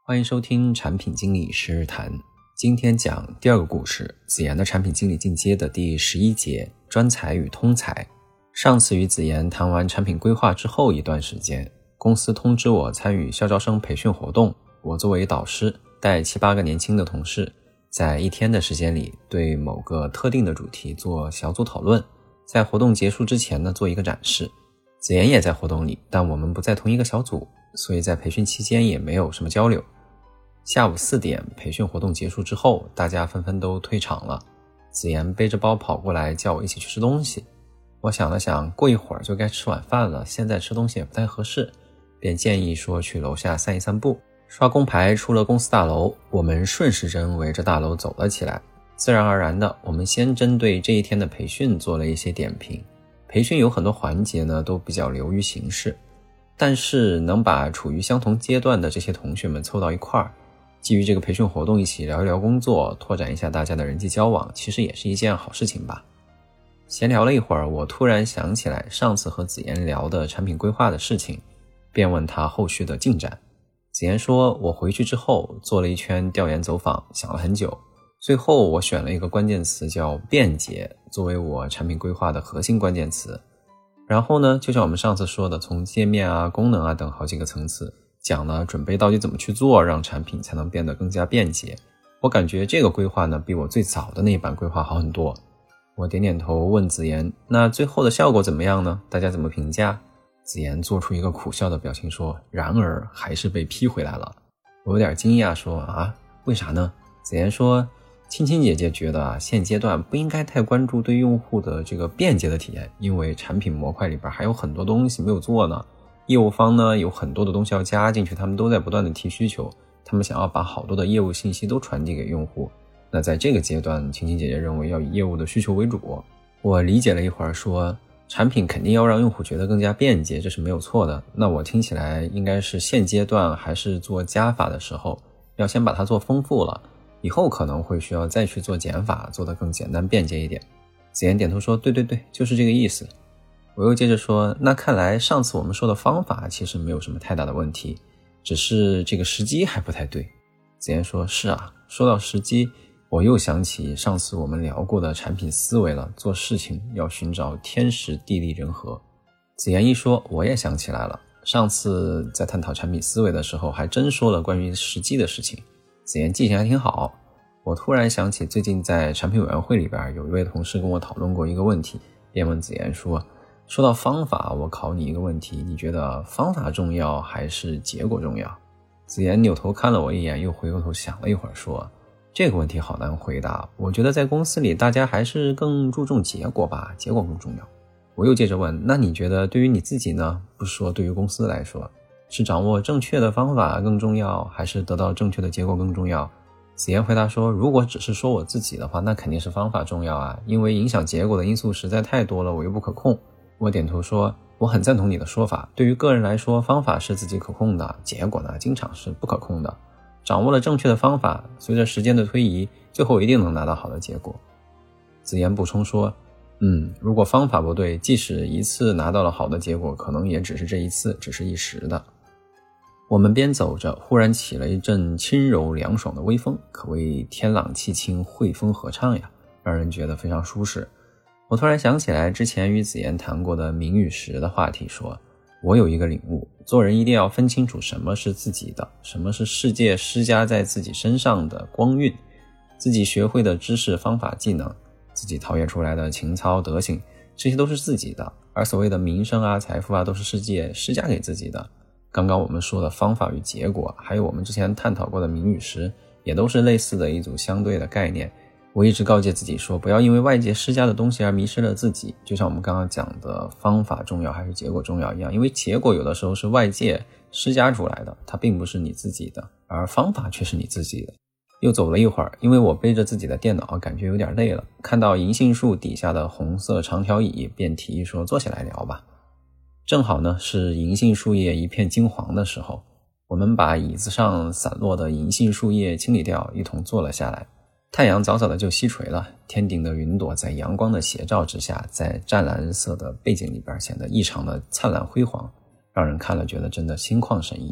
欢迎收听产品经理十日谈。今天讲第二个故事，子妍的产品经理进阶的第11节，专才与通才。上次与子妍谈完产品规划之后一段时间，公司通知我参与校招生培训活动。我作为导师，带7、8个年轻的同事，在1天的时间里对某个特定的主题做小组讨论，在活动结束之前呢，做一个展示。子妍也在活动里，但我们不在同一个小组，所以在培训期间也没有什么交流。下午4点，培训活动结束之后，大家纷纷都退场了。子妍背着包跑过来叫我一起去吃东西。我想了想，过一会儿就该吃晚饭了，现在吃东西也不太合适，便建议说去楼下散一散步。刷工牌出了公司大楼，我们顺时针围着大楼走了起来。自然而然的，我们先针对这一天的培训做了一些点评。培训有很多环节呢，都比较流于形式，但是能把处于相同阶段的这些同学们凑到一块儿，基于这个培训活动一起聊一聊工作，拓展一下大家的人际交往，其实也是一件好事情吧。闲聊了一会儿，我突然想起来上次和子妍聊的产品规划的事情，便问她后续的进展。子妍说，我回去之后做了一圈调研走访，想了很久，最后我选了一个关键词叫便捷，作为我产品规划的核心关键词。然后呢，就像我们上次说的，从界面啊、功能啊等好几个层次讲了准备到底怎么去做，让产品才能变得更加便捷。我感觉这个规划呢，比我最早的那一版规划好很多。我点点头问子妍，那最后的效果怎么样呢？大家怎么评价？子妍做出一个苦笑的表情说，然而还是被批回来了。我有点惊讶说，为啥呢？子妍说，青青姐姐觉得现阶段不应该太关注对用户的这个便捷的体验，因为产品模块里边还有很多东西没有做呢。业务方呢有很多的东西要加进去，他们都在不断的提需求，他们想要把好多的业务信息都传递给用户。那在这个阶段，青青姐姐认为要以业务的需求为主。我理解了一会儿说，产品肯定要让用户觉得更加便捷，这是没有错的。那我听起来应该是现阶段还是做加法的时候，要先把它做丰富了，以后可能会需要再去做减法，做得更简单便捷一点。子妍点头说，对，就是这个意思。我又接着说，那看来上次我们说的方法其实没有什么太大的问题，只是这个时机还不太对。子妍说，是啊，说到时机，我又想起上次我们聊过的产品思维了，做事情要寻找天时地利人和。子妍一说，我也想起来了，上次在探讨产品思维的时候还真说了关于时机的事情。子妍记性还挺好。我突然想起最近在产品委员会里边有一位同事跟我讨论过一个问题，便问子妍说到方法，我考你一个问题，你觉得方法重要还是结果重要？子妍扭头看了我一眼，又回过头想了一会儿说，这个问题好难回答，我觉得在公司里大家还是更注重结果吧，结果更重要。我又接着问，那你觉得对于你自己呢？不说对于公司来说，是掌握正确的方法更重要，还是得到正确的结果更重要？子妍回答说，如果只是说我自己的话，那肯定是方法重要啊，因为影响结果的因素实在太多了，我又不可控。我点头说，我很赞同你的说法，对于个人来说，方法是自己可控的，结果呢，经常是不可控的。掌握了正确的方法，随着时间的推移，最后一定能拿到好的结果。子妍补充说，如果方法不对，即使一次拿到了好的结果，可能也只是这一次，只是一时的。我们边走着，忽然起了一阵轻柔凉爽的微风，可谓天朗气清，惠风和畅呀，让人觉得非常舒适。我突然想起来之前与子妍谈过的名与实的话题，说我有一个领悟，做人一定要分清楚什么是自己的，什么是世界施加在自己身上的光晕，自己学会的知识方法技能，自己陶冶出来的情操德行，这些都是自己的，而所谓的名声啊财富啊都是世界施加给自己的。刚刚我们说的方法与结果，还有我们之前探讨过的名与实，也都是类似的一组相对的概念。我一直告诫自己说，不要因为外界施加的东西而迷失了自己，就像我们刚刚讲的方法重要还是结果重要一样，因为结果有的时候是外界施加出来的，它并不是你自己的，而方法却是你自己的。又走了一会儿，因为我背着自己的电脑感觉有点累了，看到银杏树底下的红色长条椅，便提议说坐下来聊吧。正好呢是银杏树叶一片金黄的时候，我们把椅子上散落的银杏树叶清理掉，一同坐了下来。太阳早早的就西垂了，天顶的云朵在阳光的斜照之下，在湛蓝色的背景里边显得异常的灿烂辉煌，让人看了觉得真的心旷神怡。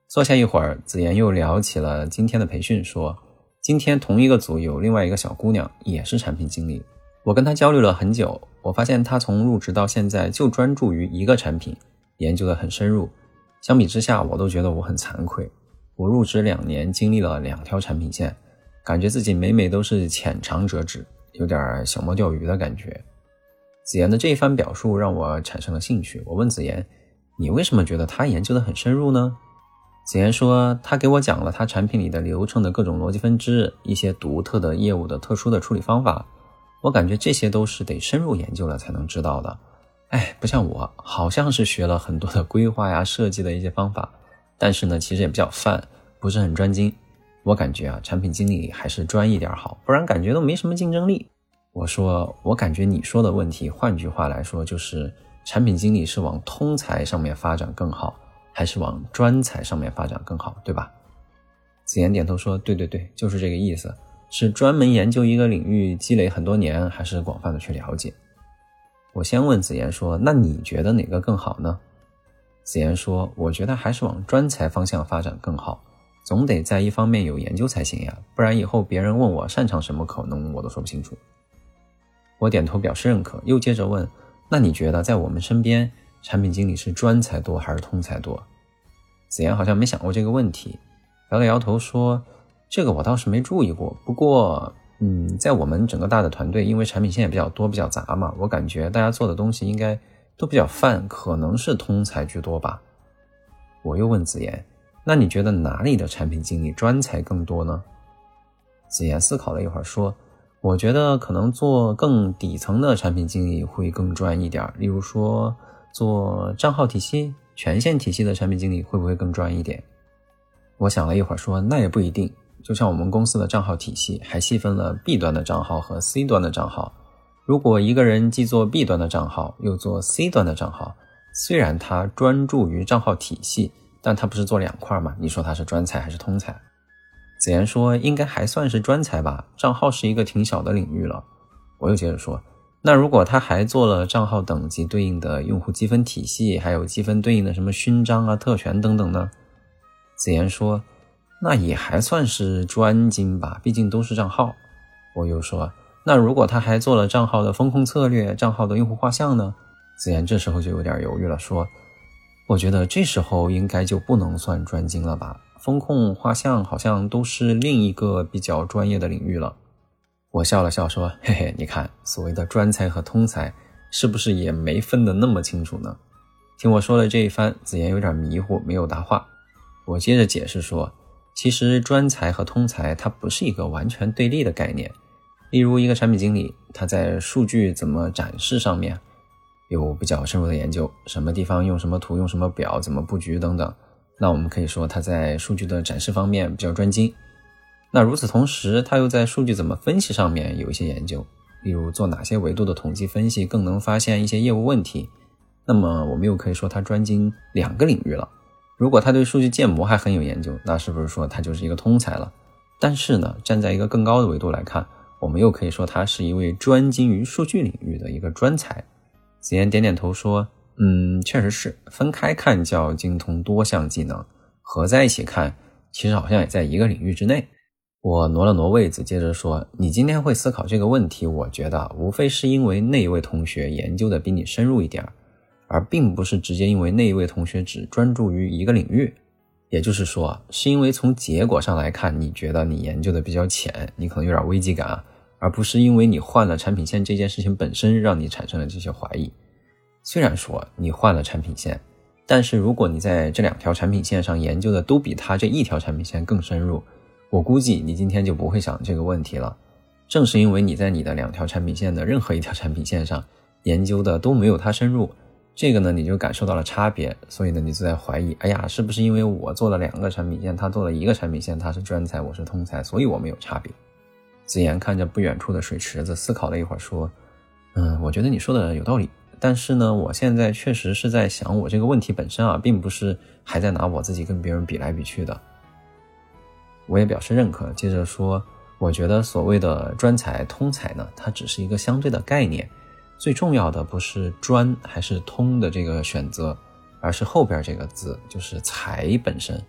坐下一会儿，子妍又聊起了今天的培训，说今天同一个组有另外一个小姑娘，也是产品经理。我跟她交流了很久，我发现她从入职到现在就专注于一个产品，研究得很深入。相比之下，我都觉得我很惭愧。我入职2年，经历了2条产品线，感觉自己每每都是浅尝辄止，有点小摸钓鱼的感觉。子妍的这一番表述让我产生了兴趣，我问子妍，你为什么觉得她研究得很深入呢？子妍说，她给我讲了她产品里的流程的各种逻辑分支，一些独特的业务的特殊的处理方法，我感觉这些都是得深入研究了才能知道的。不像我，好像是学了很多的规划呀、设计的一些方法，但是呢，其实也比较泛，不是很专精。我感觉产品经理还是专一点好，不然感觉都没什么竞争力。我说，我感觉你说的问题，换句话来说，就是产品经理是往通才上面发展更好，还是往专才上面发展更好，对吧？子妍点头说，对，就是这个意思，是专门研究一个领域积累很多年，还是广泛的去了解。我先问子妍说，那你觉得哪个更好呢？子妍说，我觉得还是往专才方向发展更好，总得在一方面有研究才行呀，不然以后别人问我擅长什么，可能我都说不清楚。我点头表示认可，又接着问，那你觉得在我们身边，产品经理是专才多还是通才多？子妍好像没想过这个问题，摇了摇头说，这个我倒是没注意过，不过在我们整个大的团队，因为产品线也比较多比较杂嘛，我感觉大家做的东西应该都比较泛，可能是通才居多吧。我又问子妍，那你觉得哪里的产品经理专才更多呢？子妍思考了一会儿说，我觉得可能做更底层的产品经理会更专一点，例如说做账号体系、权限体系的产品经理会不会更专一点？我想了一会儿说，那也不一定，就像我们公司的账号体系还细分了 B 端的账号和 C 端的账号，如果一个人既做 B 端的账号又做 C 端的账号，虽然他专注于账号体系，但他不是做2块吗？你说他是专才还是通才？子妍说，应该还算是专才吧，账号是一个挺小的领域了。我又接着说，那如果他还做了账号等级对应的用户积分体系，还有积分对应的什么勋章啊、特权等等呢？子妍说，那也还算是专精吧，毕竟都是账号。我又说，那如果他还做了账号的风控策略、账号的用户画像呢？子妍这时候就有点犹豫了，说，我觉得这时候应该就不能算专精了吧，风控画像好像都是另一个比较专业的领域了。我笑了笑说，嘿嘿，你看所谓的专才和通才是不是也没分得那么清楚呢？听我说了这一番，子妍有点迷糊，没有答话。我接着解释说，其实专才和通才它不是一个完全对立的概念。例如一个产品经理，他在数据怎么展示上面有比较深入的研究，什么地方用什么图、用什么表、怎么布局等等，那我们可以说他在数据的展示方面比较专精。那与此同时，他又在数据怎么分析上面有一些研究，例如做哪些维度的统计分析更能发现一些业务问题，那么我们又可以说他专精2个领域了。如果他对数据建模还很有研究，那是不是说他就是一个通才了？但是呢，站在一个更高的维度来看，我们又可以说他是一位专精于数据领域的一个专才。子妍点点头说，确实是，分开看叫精通多项技能，合在一起看其实好像也在一个领域之内。我挪了挪位子，接着说，你今天会思考这个问题，我觉得无非是因为那一位同学研究的比你深入一点，而并不是直接因为那一位同学只专注于一个领域。也就是说，是因为从结果上来看，你觉得你研究的比较浅，你可能有点危机感，而不是因为你换了产品线这件事情本身让你产生了这些怀疑。虽然说你换了产品线，但是如果你在这2条产品线上研究的都比他这1条产品线更深入，我估计你今天就不会想这个问题了。正是因为你在你的2条产品线的任何1条产品线上研究的都没有他深入，这个呢你就感受到了差别，所以呢你就在怀疑，哎呀，是不是因为我做了2个产品线，他做了1个产品线，他是专才我是通才，所以我们有差别。子妍看着不远处的水池子，思考了一会儿说，我觉得你说的有道理，但是呢我现在确实是在想我这个问题本身并不是还在拿我自己跟别人比来比去的。我也表示认可，接着说，我觉得所谓的专才通才呢，它只是一个相对的概念，最重要的不是专还是通的这个选择，而是后边这个字，就是才本身。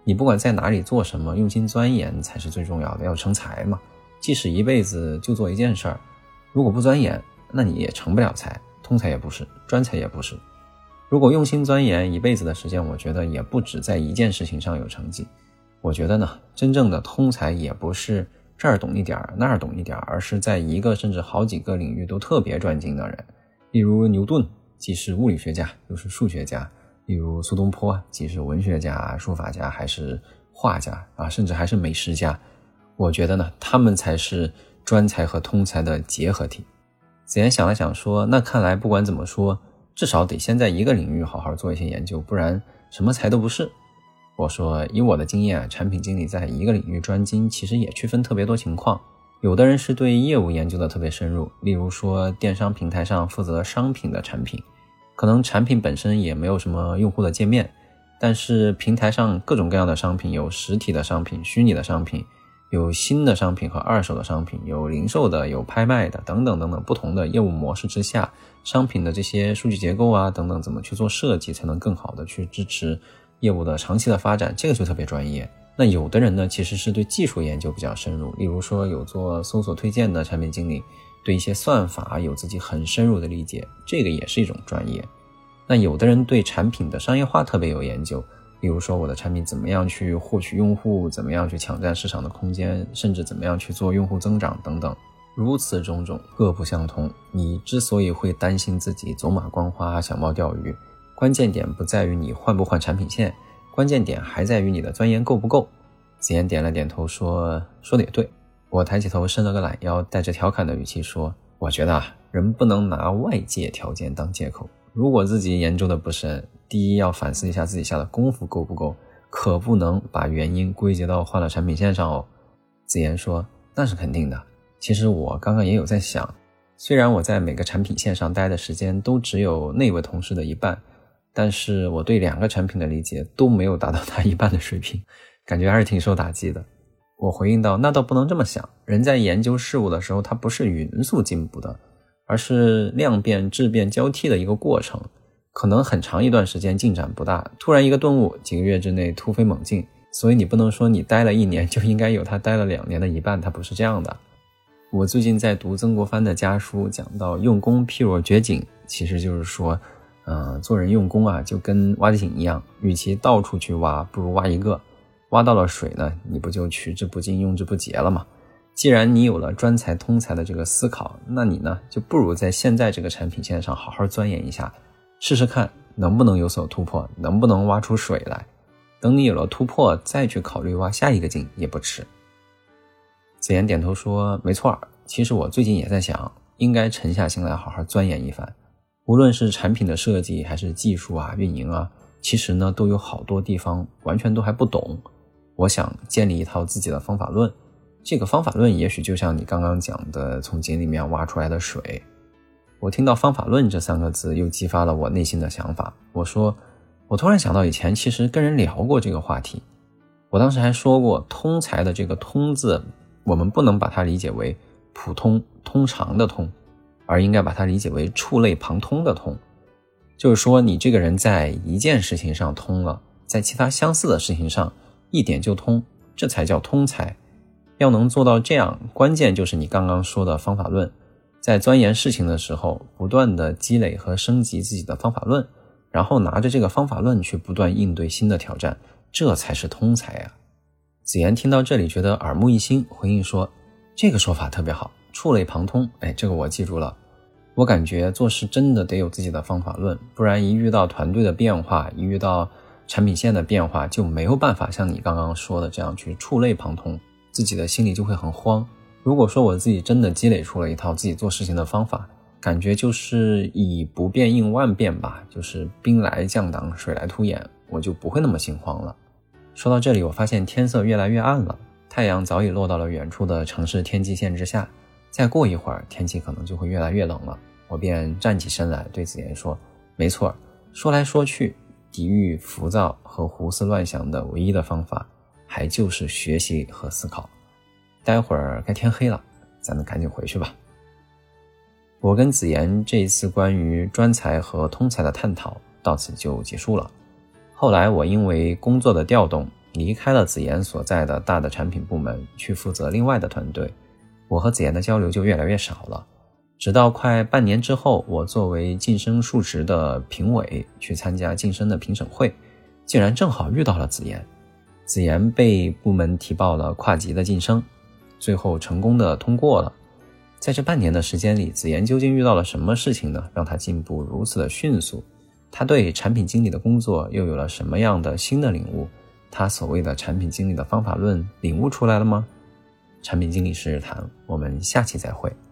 你不管在哪里做什么，用心钻研才是最重要的，要成才嘛。即使一辈子就做一件事儿，如果不钻研，那你也成不了才，通才也不是，专才也不是。如果用心钻研一辈子的时间，我觉得也不止在一件事情上有成绩。我觉得呢，真正的通才也不是这儿懂一点那儿懂一点，而是在一个甚至好几个领域都特别专精的人。例如牛顿，既是物理学家又是数学家；例如苏东坡，既是文学家、书法家还是画家甚至还是美食家。我觉得呢，他们才是专才和通才的结合体。子言想了想说，那看来不管怎么说，至少得先在一个领域好好做一些研究，不然什么才都不是。我说，以我的经验，产品经理在一个领域专精，其实也区分特别多情况。有的人是对业务研究的特别深入，例如说电商平台上负责商品的产品，可能产品本身也没有什么用户的界面，但是平台上各种各样的商品，有实体的商品、虚拟的商品，有新的商品和二手的商品，有零售的，有拍卖的，等等等等，不同的业务模式之下，商品的这些数据结构等等，怎么去做设计才能更好的去支持业务的长期的发展，这个就特别专业。那有的人呢，其实是对技术研究比较深入，例如说有做搜索推荐的产品经理，对一些算法有自己很深入的理解，这个也是一种专业。那有的人对产品的商业化特别有研究，例如说我的产品怎么样去获取用户，怎么样去抢占市场的空间，甚至怎么样去做用户增长等等，如此种种各不相同。你之所以会担心自己走马观花、小猫钓鱼，关键点不在于你换不换产品线，关键点还在于你的钻研够不够。子言点了点头说得也对。我抬起头伸了个懒腰，带着调侃的语气说，我觉得人不能拿外界条件当借口，如果自己研究的不深，第一要反思一下自己下的功夫够不够，可不能把原因归结到换了产品线上哦。子言说，那是肯定的。其实我刚刚也有在想，虽然我在每个产品线上待的时间都只有那位同事的一半，但是我对2个产品的理解都没有达到他一半的水平，感觉还是挺受打击的。我回应道，那倒不能这么想，人在研究事物的时候，它不是匀速进步的，而是量变质变交替的一个过程，可能很长一段时间进展不大，突然一个顿悟，几个月之内突飞猛进，所以你不能说你待了1年就应该有他待了2年的一半，它不是这样的。我最近在读曾国藩的家书，讲到用功譬若掘井，其实就是说做人用功就跟挖井一样，与其到处去挖，不如挖一个，挖到了水呢，你不就取之不尽用之不竭了吗？既然你有了专才通才的这个思考，那你呢就不如在现在这个产品线上好好钻研一下，试试看能不能有所突破，能不能挖出水来，等你有了突破再去考虑挖下一个井也不迟。子言点头说，没错，其实我最近也在想，应该沉下心来好好钻研一番，无论是产品的设计还是技术运营其实呢都有好多地方完全都还不懂。我想建立一套自己的方法论，这个方法论也许就像你刚刚讲的从井里面挖出来的水。我听到方法论这3个字又激发了我内心的想法，我说我突然想到以前其实跟人聊过这个话题，我当时还说过通才的这个通字，我们不能把它理解为普通通常的通，而应该把它理解为触类旁通的通，就是说你这个人在一件事情上通了，在其他相似的事情上一点就通，这才叫通才。要能做到这样，关键就是你刚刚说的方法论，在钻研事情的时候不断的积累和升级自己的方法论，然后拿着这个方法论去不断应对新的挑战，这才是通才子言听到这里觉得耳目一新，回应说，这个说法特别好，触类旁通，这个我记住了。我感觉做事真的得有自己的方法论，不然一遇到团队的变化，一遇到产品线的变化，就没有办法像你刚刚说的这样去触类旁通，自己的心里就会很慌。如果说我自己真的积累出了一套自己做事情的方法，感觉就是以不变应万变吧，就是兵来将挡，水来土掩，我就不会那么心慌了。说到这里，我发现天色越来越暗了，太阳早已落到了远处的城市天际线之下，再过一会儿天气可能就会越来越冷了。我便站起身来对子言说，没错，说来说去，抵御浮躁和胡思乱想的唯一的方法还就是学习和思考。待会儿该天黑了，咱们赶紧回去吧。我跟子言这一次关于专才和通才的探讨到此就结束了。后来我因为工作的调动， 离开了子妍所在的大的产品部门，去负责另外的团队，我和子妍的交流就越来越少了。直到快半年之后，我作为晋升述职的评委去参加晋升的评审会，竟然正好遇到了子妍。子妍被部门提报了跨级的晋升，最后成功的通过了。在这半年的时间里，子妍究竟遇到了什么事情呢，让她进步如此的迅速？她对产品经理的工作又有了什么样的新的领悟？她所谓的产品经理的方法论领悟出来了吗？产品经理是日谈，我们下期再会。